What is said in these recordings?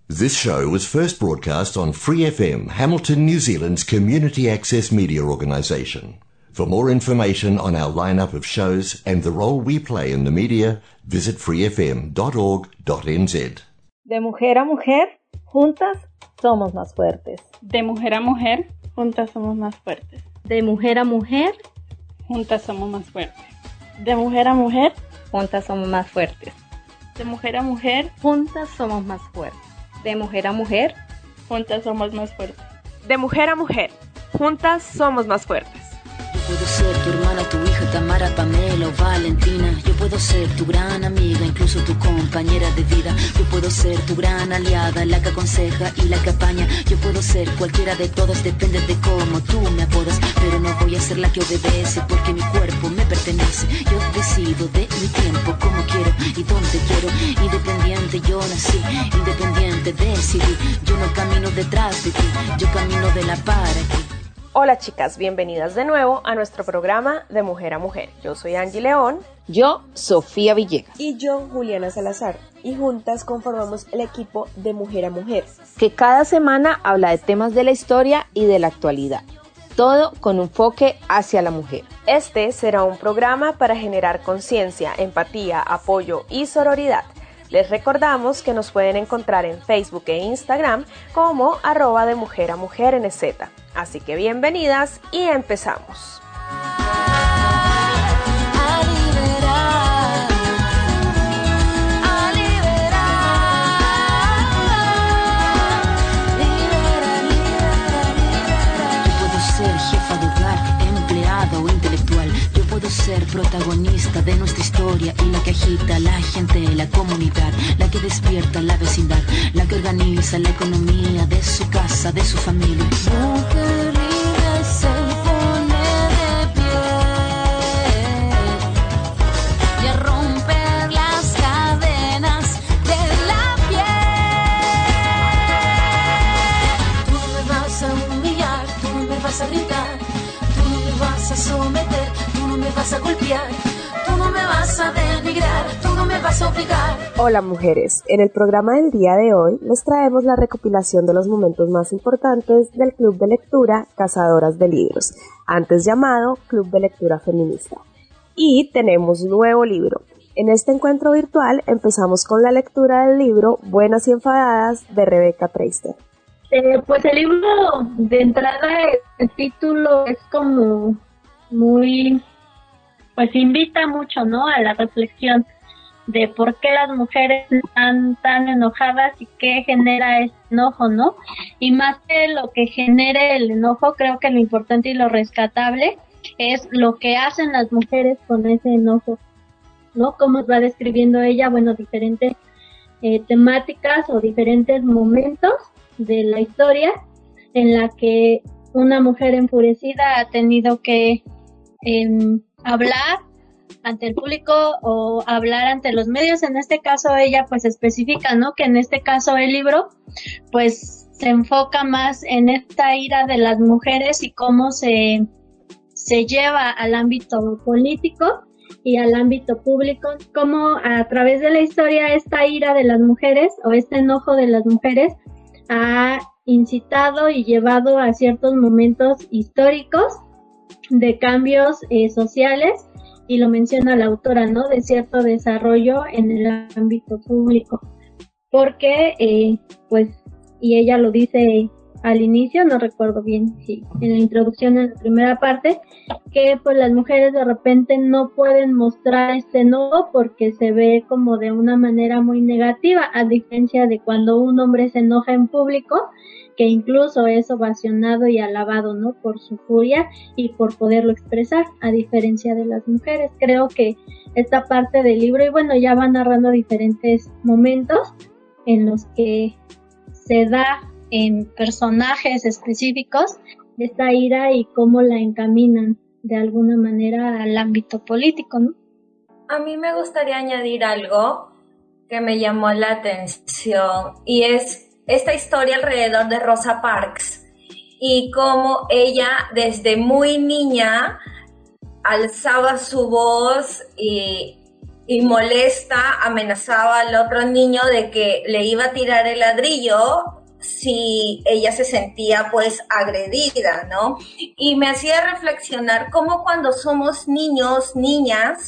This show was first broadcast on Free FM, Hamilton, New Zealand's community access media organisation. For more information on our lineup of shows and the role we play in the media, visit freefm.org.nz. De mujer a mujer, juntas somos más fuertes. De mujer a mujer, juntas somos más fuertes. De mujer a mujer, juntas somos más fuertes. De mujer a mujer, juntas somos más fuertes. De mujer a mujer, juntas somos más fuertes. De mujer a mujer, juntas somos más fuertes. De mujer a mujer, juntas somos más fuertes. Yo puedo ser tu hermana, tu hija, Tamara, Pamela o Valentina. Yo puedo ser tu gran amiga, incluso tu compañera de vida. Yo puedo ser tu gran aliada, la que aconseja y la que apaña. Yo puedo ser cualquiera de todas, depende de cómo tú me apodas. Pero no voy a ser la que obedece, porque mi cuerpo me pertenece. Yo decido de mi tiempo, como quiero y donde quiero. Independiente yo nací, independiente decidí. Yo no camino detrás de ti, yo camino de la para aquí. Hola chicas, bienvenidas de nuevo a nuestro programa de Mujer a Mujer. Yo soy Angie León. Yo, Sofía Villegas. Y yo, Juliana Salazar. Y juntas conformamos el equipo de Mujer a Mujer, que cada semana habla de temas de la historia y de la actualidad. Todo con un enfoque hacia la mujer. Este será un programa para generar conciencia, empatía, apoyo y sororidad. Les recordamos que nos pueden encontrar en Facebook e Instagram como @de Mujer a Mujer NZ. Así que bienvenidas y empezamos. Yo puedo ser jefa de hogar, empleada o intelectual. Yo puedo ser protagonista de nuestra historia y la que agita a la gente, la comunidad, la que despierta la vecindad, la que organiza la economía de su casa, de su familia. Mujer libre se pone de pie y a romper las cadenas de la piel. Tú no me vas a humillar, tú no me vas a gritar, tú no me vas a someter, tú no me vas a golpear, tú no me vas a denigrar, tú no me vas a obligar. Hola mujeres, en el programa del día de hoy les traemos la recopilación de los momentos más importantes del Club de Lectura Cazadoras de Libros, antes llamado Club de Lectura Feminista. Y tenemos un nuevo libro. En este encuentro virtual empezamos con la lectura del libro Buenas y Enfadadas de Rebecca Traister. Pues el libro, de entrada, el título es como muy, pues invita mucho, ¿no?, a la reflexión de por qué las mujeres están tan enojadas y qué genera ese enojo, ¿no? Y más que lo que genere el enojo, creo que lo importante y lo rescatable es lo que hacen las mujeres con ese enojo, ¿no? Cómo va describiendo ella, bueno, diferentes temáticas o diferentes momentos de la historia en la que una mujer enfurecida ha tenido que hablar ante el público o hablar ante los medios. En este caso ella pues especifica, ¿no?, que en este caso el libro pues se enfoca más en esta ira de las mujeres y cómo se lleva al ámbito político y al ámbito público, cómo a través de la historia esta ira de las mujeres o este enojo de las mujeres ha incitado y llevado a ciertos momentos históricos de cambios sociales, y lo menciona la autora, ¿no?, de cierto desarrollo en el ámbito público, porque pues, y ella lo dice al inicio, no recuerdo bien si en la introducción, en la primera parte, que pues las mujeres de repente no pueden mostrar este enojo porque se ve como de una manera muy negativa, a diferencia de cuando un hombre se enoja en público, que incluso es ovacionado y alabado, ¿no?, por su furia y por poderlo expresar, a diferencia de las mujeres. Creo que esta parte del libro, y bueno, ya va narrando diferentes momentos en los que se da en personajes específicos esta ira y cómo la encaminan de alguna manera al ámbito político, ¿no? A mí me gustaría añadir algo que me llamó la atención, y es esta historia alrededor de Rosa Parks y cómo ella desde muy niña alzaba su voz y y molesta amenazaba al otro niño de que le iba a tirar el ladrillo si ella se sentía pues agredida, ¿no? Y me hacía reflexionar cómo cuando somos niños, niñes,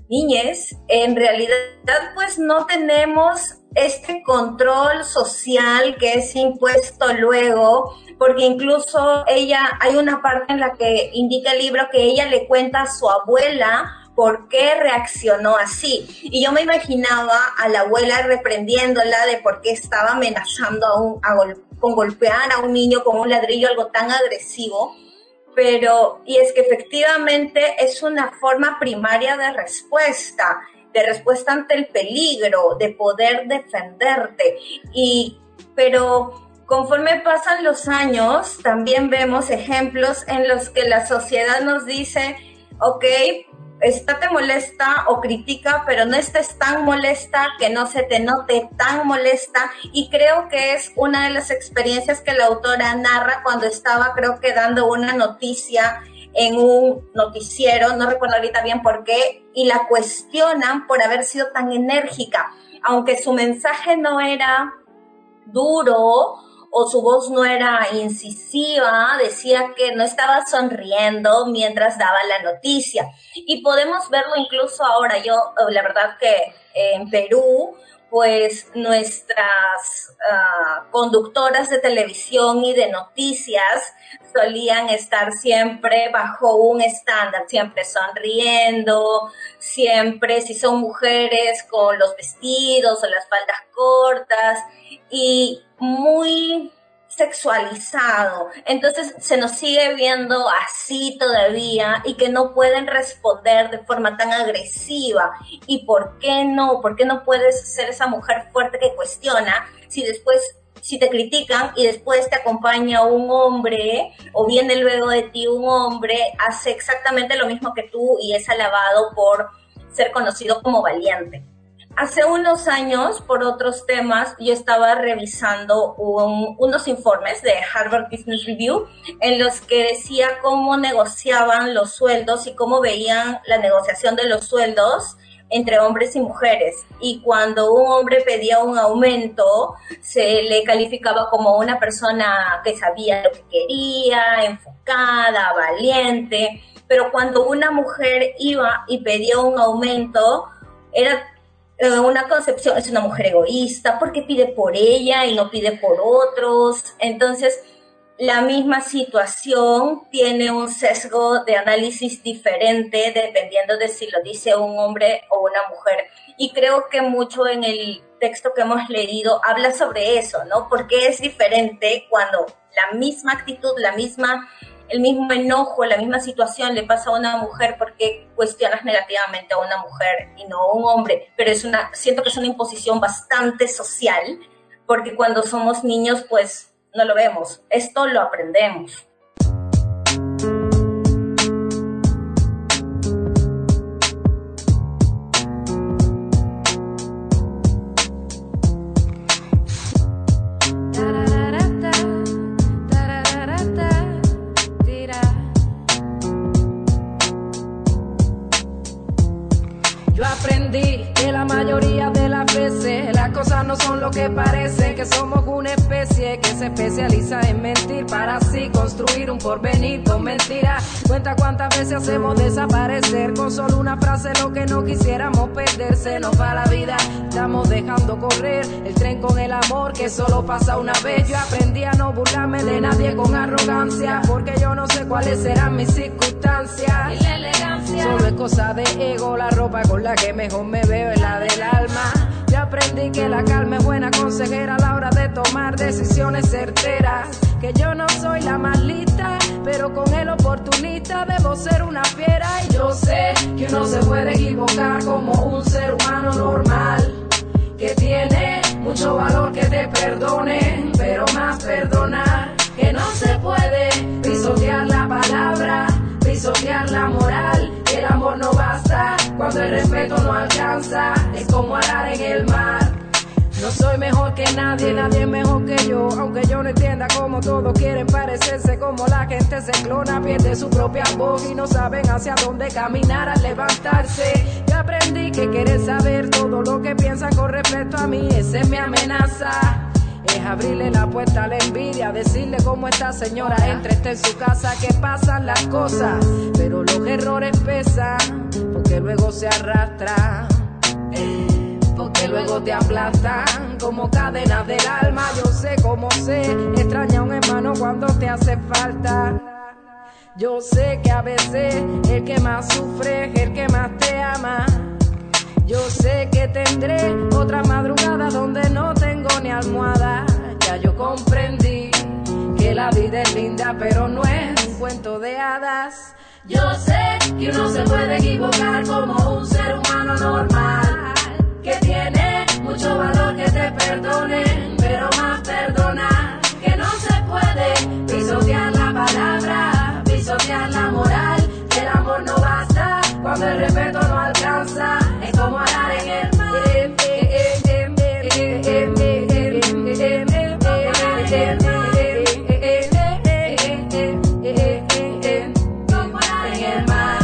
en realidad pues no tenemos este control social que es impuesto luego, porque incluso ella, hay una parte en la que indica el libro que ella le cuenta a su abuela por qué reaccionó así. Y yo me imaginaba a la abuela reprendiéndola de por qué estaba amenazando con golpear a un niño con un ladrillo, algo tan agresivo. Y es que efectivamente es una forma primaria de respuesta ante el peligro, de poder defenderte. Pero conforme pasan los años, también vemos ejemplos en los que la sociedad nos dice, ok, estate molesta o critica, pero no estés tan molesta, que no se te note tan molesta. Y creo que es una de las experiencias que la autora narra cuando estaba, creo que dando una noticia en un noticiero, no recuerdo ahorita bien por qué, y la cuestionan por haber sido tan enérgica, aunque su mensaje no era duro o su voz no era incisiva, decía que no estaba sonriendo mientras daba la noticia. Y podemos verlo incluso ahora. Yo, la verdad que en Perú, pues nuestras conductoras de televisión y de noticias solían estar siempre bajo un estándar, siempre sonriendo, siempre, si son mujeres, con los vestidos o las faldas cortas, y muy sexualizado. Entonces se nos sigue viendo así todavía, y que no pueden responder de forma tan agresiva. ¿Y por qué no? ¿Por qué no puedes ser esa mujer fuerte que cuestiona si te critican y después te acompaña un hombre o viene luego de ti un hombre, hace exactamente lo mismo que tú y es alabado por ser conocido como valiente? Hace unos años, por otros temas, yo estaba revisando unos informes de Harvard Business Review en los que decía cómo negociaban los sueldos y cómo veían la negociación de los sueldos entre hombres y mujeres. Y cuando un hombre pedía un aumento, se le calificaba como una persona que sabía lo que quería, enfocada, valiente. Pero cuando una mujer iba y pedía un aumento, era una concepción, es una mujer egoísta porque pide por ella y no pide por otros. Entonces, la misma situación tiene un sesgo de análisis diferente dependiendo de si lo dice un hombre o una mujer. Y creo que mucho en el texto que hemos leído habla sobre eso, ¿no? Porque es diferente cuando la misma actitud, el mismo enojo, la misma situación le pasa a una mujer, porque cuestionas negativamente a una mujer y no a un hombre. Pero siento que es una imposición bastante social, porque cuando somos niños, pues no lo vemos. Esto lo aprendemos. Yo aprendí que la mayoría de las veces las cosas no son lo que parece, que somos una especie que se especializa en mentir para así construir un porvenir con mentiras. Cuenta cuántas veces hacemos desaparecer con solo una frase lo que no quisiéramos perder. Se nos va la vida, estamos dejando correr el tren con el amor que solo pasa una vez. Yo aprendí a no burlarme de nadie con arrogancia, porque yo no sé cuáles serán mis circunstancias. Y la elegancia solo es cosa de ego, la ropa con la que mejor me veo es la del alma. Yo aprendí que la calma es buena consejera a la hora de tomar decisiones certeras, que yo no soy la más lista, pero con el oportunista debo ser una fiera. Y yo sé que uno se puede equivocar como un ser humano normal, que tiene mucho valor que te perdone, pero más perdonar que no se puede. Pisotear la palabra, pisotear la moral, el amor no basta cuando el respeto no alcanza, es como arar en el mar. No soy mejor que nadie, nadie es mejor que yo. Aunque yo no entienda cómo todos quieren parecerse, como la gente se clona, pierde su propia voz y no saben hacia dónde caminar al levantarse. Yo aprendí que querer saber todo lo que piensan con respecto a mí, esa es mi amenaza. Es abrirle la puerta a la envidia, decirle cómo esta señora entra, está en su casa, que pasan las cosas, pero los errores pesan, porque luego se arrastran, porque luego te aplastan como cadenas del alma. Yo sé cómo se extraña a un hermano cuando te hace falta. Yo sé que a veces el que más sufre es el que más te ama. Yo sé que tendré otra madrugada donde no tengo ni almohada. Ya yo comprendí que la vida es linda, pero no es un cuento de hadas. Yo sé que uno se puede equivocar como un ser humano normal, que tiene mucho valor que te perdonen, pero más perdonar que no se puede. Pisotear la palabra, pisotear la moral, que el amor no basta cuando el respeto no alcanza. Es como arar en el mar. Como arar en el mar.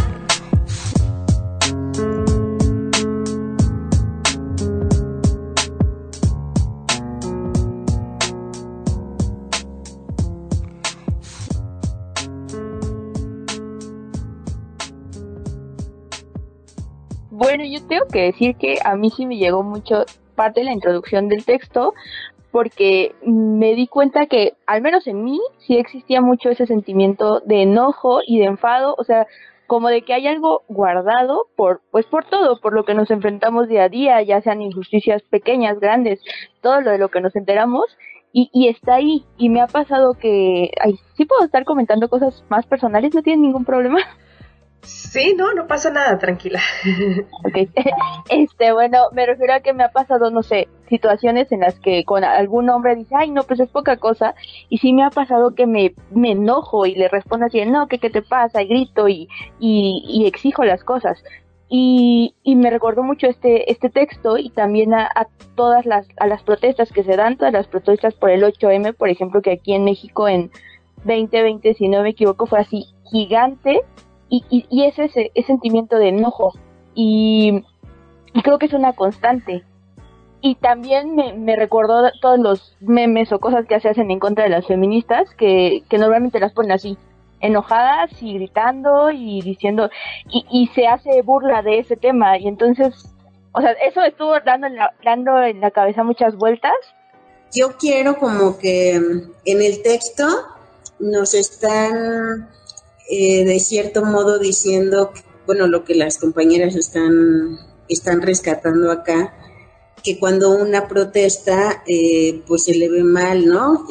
Bueno, yo tengo que decir que a mí sí me llegó mucho parte de la introducción del texto, porque me di cuenta que, al menos en mí, sí existía mucho ese sentimiento de enojo y de enfado, o sea, como de que hay algo guardado por todo, por lo que nos enfrentamos día a día, ya sean injusticias pequeñas, grandes, todo lo de lo que nos enteramos, y está ahí, y me ha pasado que, sí puedo estar comentando cosas más personales, ¿no tienen ningún problema? Sí, no pasa nada, tranquila. Okay. Bueno, me refiero a que me ha pasado, no sé, situaciones en las que con algún hombre dice, ay, no, pues es poca cosa, y sí me ha pasado que me enojo y le respondo así, no, ¿qué te pasa? Y grito y exijo las cosas. Y me recordó mucho este texto, y también a todas las protestas que se dan, todas las protestas por el 8M, por ejemplo, que aquí en México en 2020, si no me equivoco, fue así gigante. Y es ese sentimiento de enojo, y creo que es una constante. Y también me recordó todos los memes o cosas que se hacen en contra de las feministas, que normalmente las ponen así, enojadas y gritando y diciendo, y se hace burla de ese tema, y entonces, o sea, eso estuvo dando en la cabeza muchas vueltas. Yo quiero como que en el texto nos están de cierto modo diciendo, bueno, lo que las compañeras están rescatando acá, que cuando una protesta pues se le ve mal, ¿no?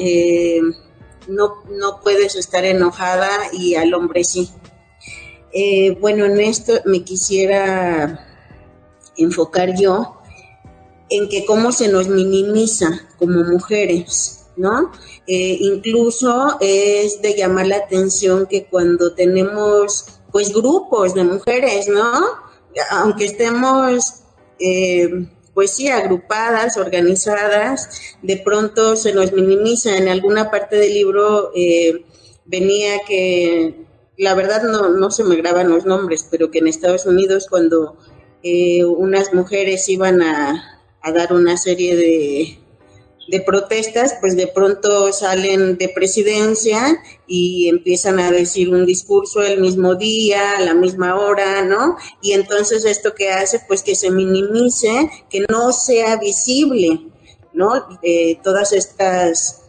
No puedes estar enojada y al hombre sí. Bueno, en esto me quisiera enfocar yo en que cómo se nos minimiza como mujeres, ¿no? Incluso es de llamar la atención que cuando tenemos pues grupos de mujeres, ¿no? Aunque estemos pues sí agrupadas, organizadas, de pronto se nos minimiza. En alguna parte del libro venía que, la verdad no se me graban los nombres, pero que en Estados Unidos cuando unas mujeres iban a dar una serie de protestas, pues de pronto salen de presidencia y empiezan a decir un discurso el mismo día, a la misma hora, ¿no? Y entonces esto que hace, pues que se minimice, que no sea visible, ¿no? Todas estas,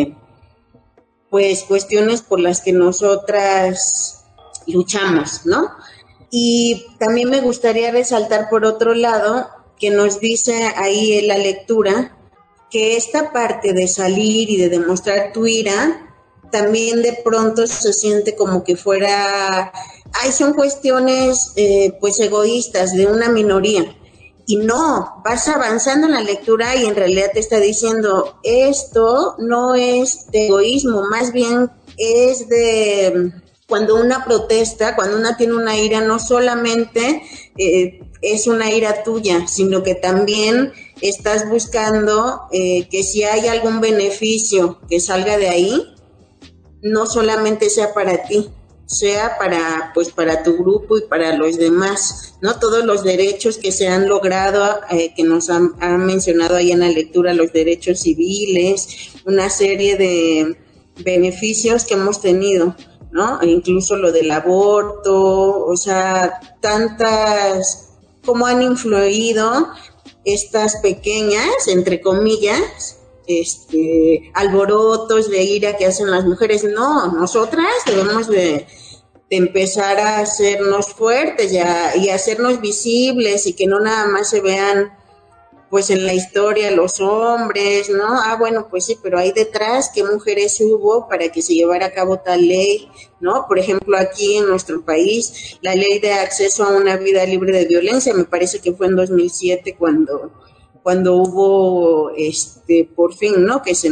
pues cuestiones por las que nosotras luchamos, ¿no? Y también me gustaría resaltar por otro lado que nos dice ahí en la lectura que esta parte de salir y de demostrar tu ira también de pronto se siente como que fuera, son cuestiones pues egoístas de una minoría. Y no, vas avanzando en la lectura y en realidad te está diciendo, esto no es de egoísmo, más bien es de cuando una protesta, cuando una tiene una ira, no solamente es una ira tuya, sino que también estás buscando que si hay algún beneficio que salga de ahí, no solamente sea para ti, sea para tu grupo y para los demás, ¿no? Todos los derechos que se han logrado, que nos han mencionado ahí en la lectura, los derechos civiles, una serie de beneficios que hemos tenido, ¿no? E incluso lo del aborto, o sea, tantas, cómo han influido estas pequeñas, entre comillas, alborotos de ira que hacen las mujeres. No, nosotras debemos de empezar a hacernos fuertes y a hacernos visibles, y que no nada más se vean pues en la historia los hombres, ¿no? Bueno, pues sí, pero hay detrás qué mujeres hubo para que se llevara a cabo tal ley, ¿no? Por ejemplo, aquí en nuestro país, la ley de acceso a una vida libre de violencia, me parece que fue en 2007 cuando hubo, por fin, ¿no? Que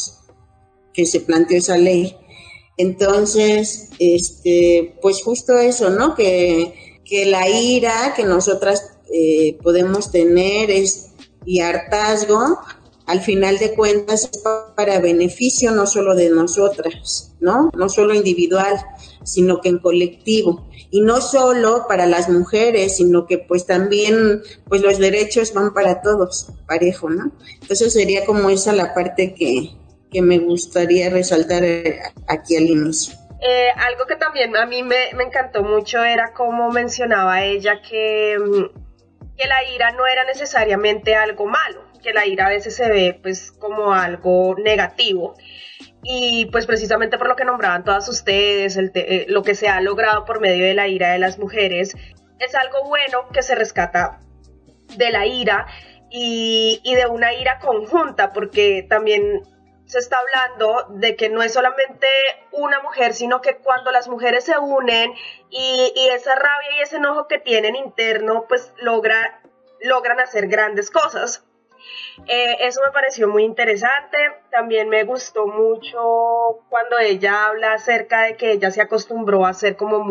se planteó esa ley. Entonces, pues justo eso, ¿no? Que la ira que nosotras podemos tener y hartazgo, al final de cuentas es para beneficio no solo de nosotras, ¿no? No solo individual, sino que en colectivo. Y no solo para las mujeres, sino que pues también pues los derechos van para todos, parejo, ¿no? Entonces sería como esa la parte que me gustaría resaltar aquí al inicio. Algo que también a mí me encantó mucho era cómo mencionaba ella que la ira no era necesariamente algo malo, que la ira a veces se ve pues como algo negativo, y pues precisamente por lo que nombraban todas ustedes, lo que se ha logrado por medio de la ira de las mujeres, es algo bueno que se rescata de la ira y de una ira conjunta, porque también se está hablando de que no es solamente una mujer, sino que cuando las mujeres se unen y esa rabia y ese enojo que tienen interno, pues logran hacer grandes cosas. Eso me pareció muy interesante. También me gustó mucho cuando ella habla acerca de que ella se acostumbró a ser como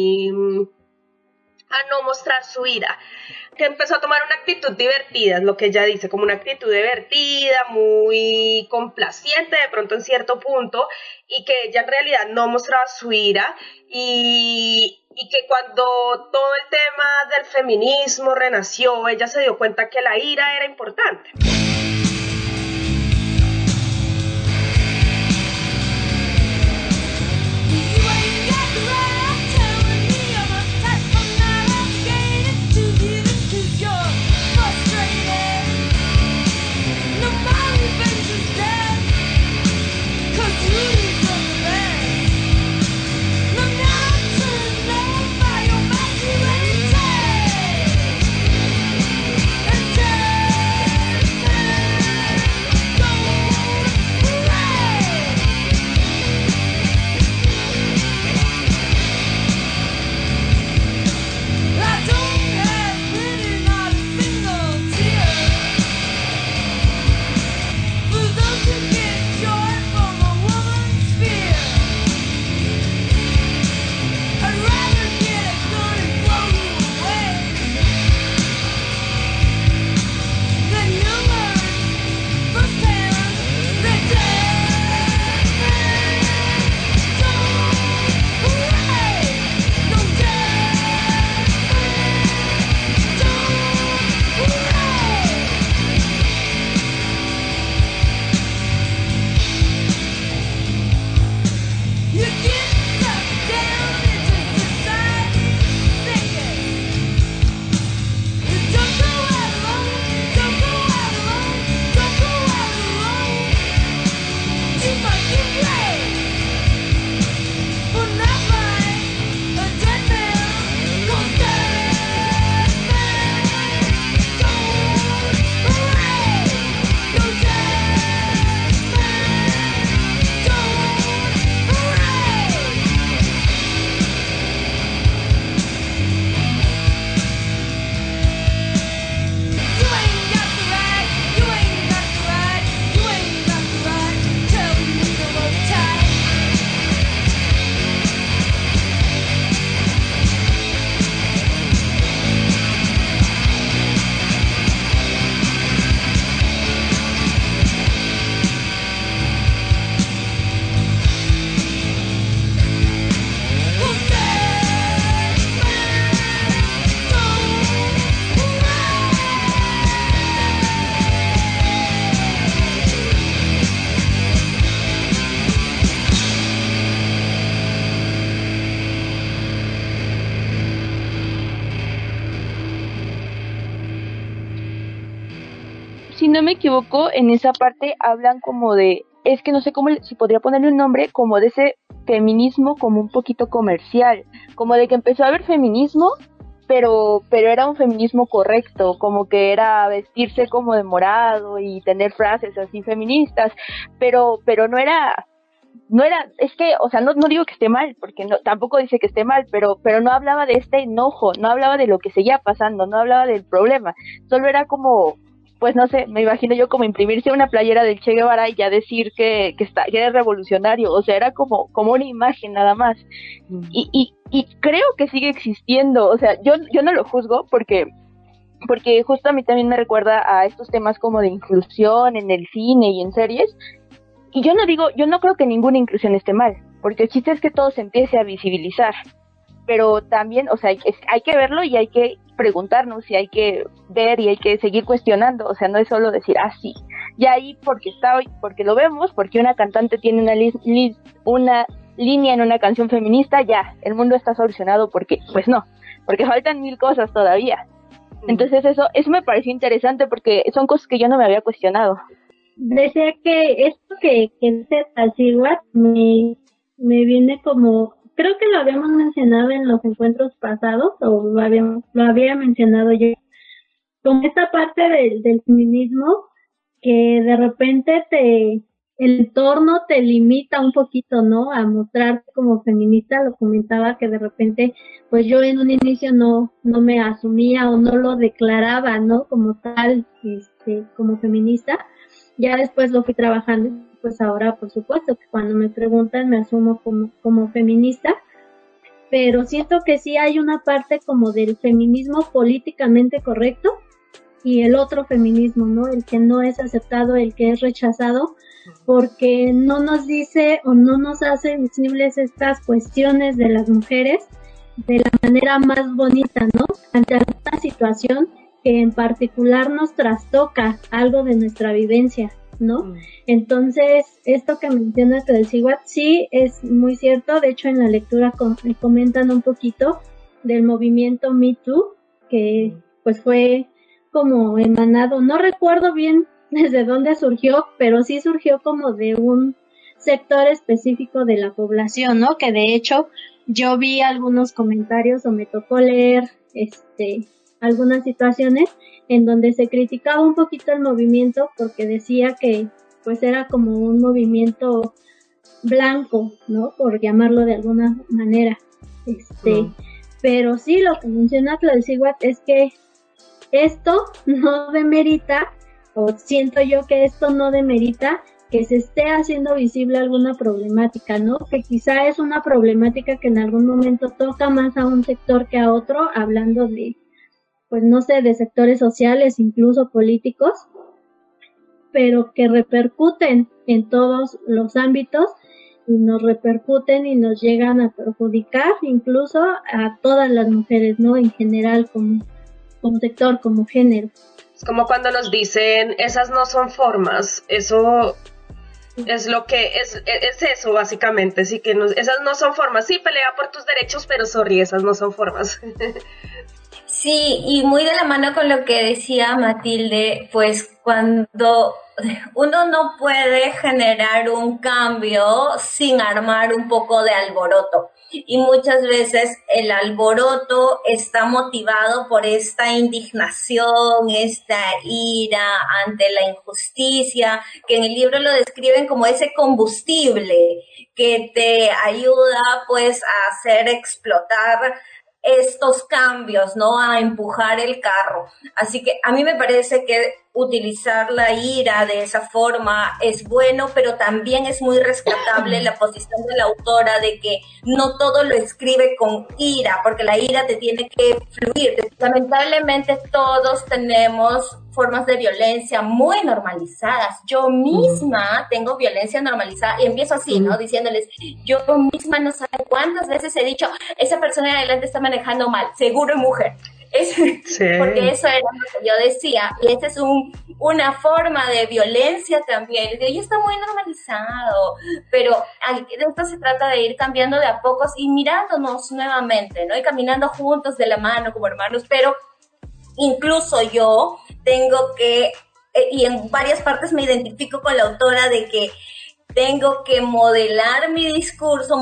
a no mostrar su ira, que empezó a tomar una actitud divertida, es lo que ella dice, como una actitud divertida, muy complaciente de pronto en cierto punto, y que ella en realidad no mostraba su ira, y que cuando todo el tema del feminismo renació, ella se dio cuenta que la ira era importante. no me equivoco, en esa parte hablan como de, es que no sé cómo, si podría ponerle un nombre, como de ese feminismo como un poquito comercial, como de que empezó a haber feminismo, pero era un feminismo correcto, como que era vestirse como de morado y tener frases así feministas, pero no era, es que, o sea, no digo que esté mal, porque no, tampoco dice que esté mal, pero no hablaba de este enojo, no hablaba de lo que seguía pasando, no hablaba del problema, solo era como, pues no sé, me imagino yo como imprimirse una playera del Che Guevara y ya decir que era revolucionario, o sea, era como una imagen nada más, y creo que sigue existiendo, o sea, yo no lo juzgo porque justo a mí también me recuerda a estos temas como de inclusión en el cine y en series. Y yo no creo que ninguna inclusión esté mal, porque el chiste es que todo se empiece a visibilizar, pero también, o sea, hay que verlo y hay que preguntarnos y hay que ver y hay que seguir cuestionando, o sea, no es solo decir, sí, ya ahí porque está hoy, porque lo vemos, porque una cantante tiene una línea en una canción feminista, ya, el mundo está solucionado, porque, pues no, porque faltan 1000 cosas todavía. Entonces eso me pareció interesante porque son cosas que yo no me había cuestionado. Decía que esto que dice Talsigua me viene como, creo que lo habíamos mencionado en los encuentros pasados, o lo había mencionado yo, con esta parte del feminismo, que de repente el entorno te limita un poquito, ¿no? A mostrarte como feminista. Lo comentaba que de repente, pues yo en un inicio no me asumía o no lo declaraba, ¿no? Como tal, como feminista. Ya después lo fui trabajando, pues ahora por supuesto que cuando me preguntan me asumo como feminista, pero siento que sí hay una parte como del feminismo políticamente correcto y el otro feminismo, ¿no? El que no es aceptado, el que es rechazado, porque no nos dice o no nos hace visibles estas cuestiones de las mujeres de la manera más bonita, ¿no? Ante alguna situación que en particular nos trastoca algo de nuestra vivencia, ¿no? Entonces, esto que menciona Talsigua, sí es muy cierto. De hecho, en la lectura comentan un poquito del movimiento Me Too, que pues fue como emanado, no recuerdo bien desde dónde surgió, pero sí surgió como de un sector específico de la población, ¿no? Que de hecho yo vi algunos comentarios o me tocó leer algunas situaciones en donde se criticaba un poquito el movimiento porque decía que pues era como un movimiento blanco, ¿no? Por llamarlo de alguna manera. Pero sí, lo que menciona Talsigua es que esto no demerita, o siento yo que esto no demerita que se esté haciendo visible alguna problemática, ¿no? Que quizá es una problemática que en algún momento toca más a un sector que a otro, hablando de, pues no sé, de sectores sociales, incluso políticos, pero que repercuten en todos los ámbitos y nos repercuten y nos llegan a perjudicar incluso a todas las mujeres, ¿no? En general, como sector, como género. Es como cuando nos dicen, esas no son formas, eso es lo que es eso básicamente, sí, que esas no son formas, sí, pelea por tus derechos, pero sorry, esas no son formas. Sí, y muy de la mano con lo que decía Matilde, pues cuando uno no puede generar un cambio sin armar un poco de alboroto. Y muchas veces el alboroto está motivado por esta indignación, esta ira ante la injusticia, que en el libro lo describen como ese combustible que te ayuda pues a hacer explotar estos cambios, ¿no? A empujar el carro. Así que a mí me parece que utilizar la ira de esa forma es bueno, pero también es muy rescatable la posición de la autora de que no todo lo escribe con ira, porque la ira te tiene que fluir. Lamentablemente todos tenemos formas de violencia muy normalizadas. Yo misma tengo violencia normalizada y empiezo así, ¿no? Diciéndoles, yo misma no sé cuántas veces he dicho, esa persona de adelante está manejando mal, seguro es mujer. Sí. Porque eso era lo que yo decía, y esta es una forma de violencia también. Y está muy normalizado, pero de esto se trata de ir cambiando de a pocos y mirándonos nuevamente, ¿no? Y caminando juntos de la mano como hermanos, pero incluso yo tengo que y en varias partes me identifico con la autora de que tengo que moderar mi discurso,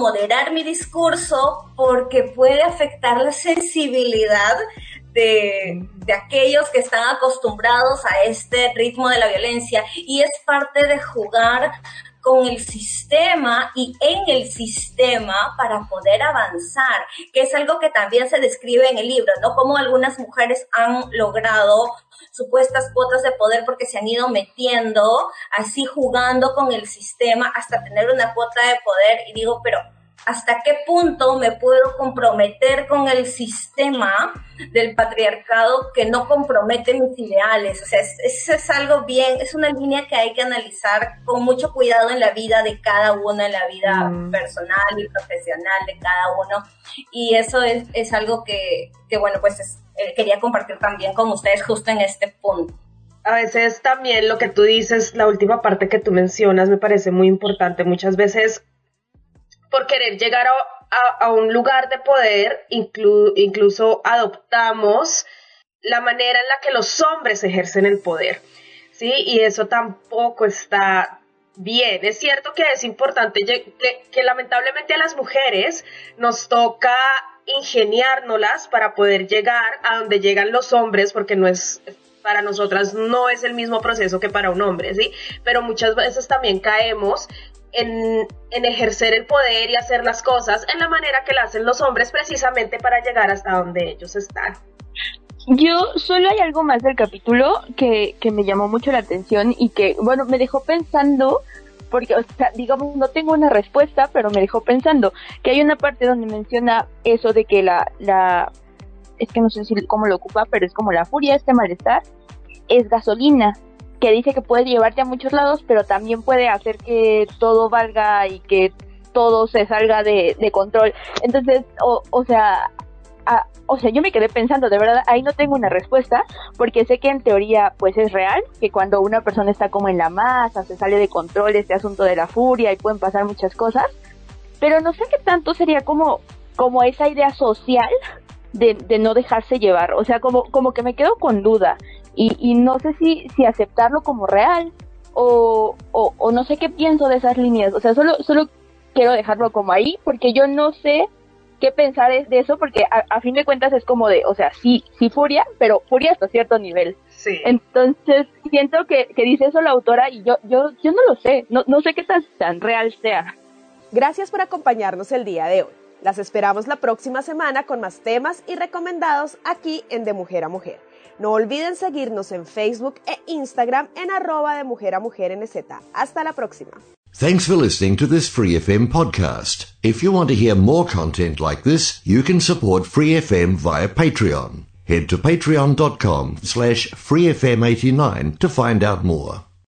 porque puede afectar la sensibilidad de aquellos que están acostumbrados a este ritmo de la violencia, y es parte de jugar con el sistema y en el sistema para poder avanzar, que es algo que también se describe en el libro, ¿no? Cómo algunas mujeres han logrado supuestas cuotas de poder porque se han ido metiendo, así jugando con el sistema hasta tener una cuota de poder, y digo, pero ¿hasta qué punto me puedo comprometer con el sistema del patriarcado que no compromete mis ideales? O sea, eso es algo bien, es una línea que hay que analizar con mucho cuidado en la vida de cada uno, en la vida personal y profesional de cada uno. Y eso es algo que bueno, pues quería compartir también con ustedes justo en este punto. A veces también lo que tú dices, la última parte que tú mencionas, me parece muy importante. Muchas veces, por querer llegar a un lugar de poder, incluso adoptamos la manera en la que los hombres ejercen el poder, ¿sí? Y eso tampoco está bien. Es cierto que es importante que lamentablemente a las mujeres nos toca ingeniárnoslas para poder llegar a donde llegan los hombres, porque no es... para nosotras no es el mismo proceso que para un hombre, ¿sí? Pero muchas veces también caemos en ejercer el poder y hacer las cosas en la manera que la hacen los hombres, precisamente para llegar hasta donde ellos están. Solo hay algo más del capítulo que me llamó mucho la atención y que, bueno, me dejó pensando, porque, o sea, digamos, no tengo una respuesta, pero me dejó pensando, que hay una parte donde menciona eso de que es que no sé si cómo lo ocupa, pero es como la furia, este malestar, es gasolina, que dice que puede llevarte a muchos lados, pero también puede hacer que todo valga y que todo se salga de control. Entonces, o sea, yo me quedé pensando, de verdad, ahí no tengo una respuesta, porque sé que en teoría, pues es real, que cuando una persona está como en la masa, se sale de control este asunto de la furia y pueden pasar muchas cosas, pero no sé qué tanto sería como esa idea social de no dejarse llevar, o sea, como que me quedo con duda, y no sé si aceptarlo como real, o no sé qué pienso de esas líneas, o sea, solo quiero dejarlo como ahí, porque yo no sé qué pensar de eso, porque a fin de cuentas es como de, o sea, sí furia, pero furia hasta cierto nivel. Sí. Entonces, siento que dice eso la autora, y yo no lo sé, no sé qué tan real sea. Gracias por acompañarnos el día de hoy. Las esperamos la próxima semana con más temas y recomendados aquí en De Mujer a Mujer. No olviden seguirnos en Facebook e Instagram en @demujeramujernz. Hasta la próxima. Thanks for listening to this Free FM podcast. If you want to hear more content like this, you can support Free FM via Patreon. Head to patreon.com/freefm89 to find out more.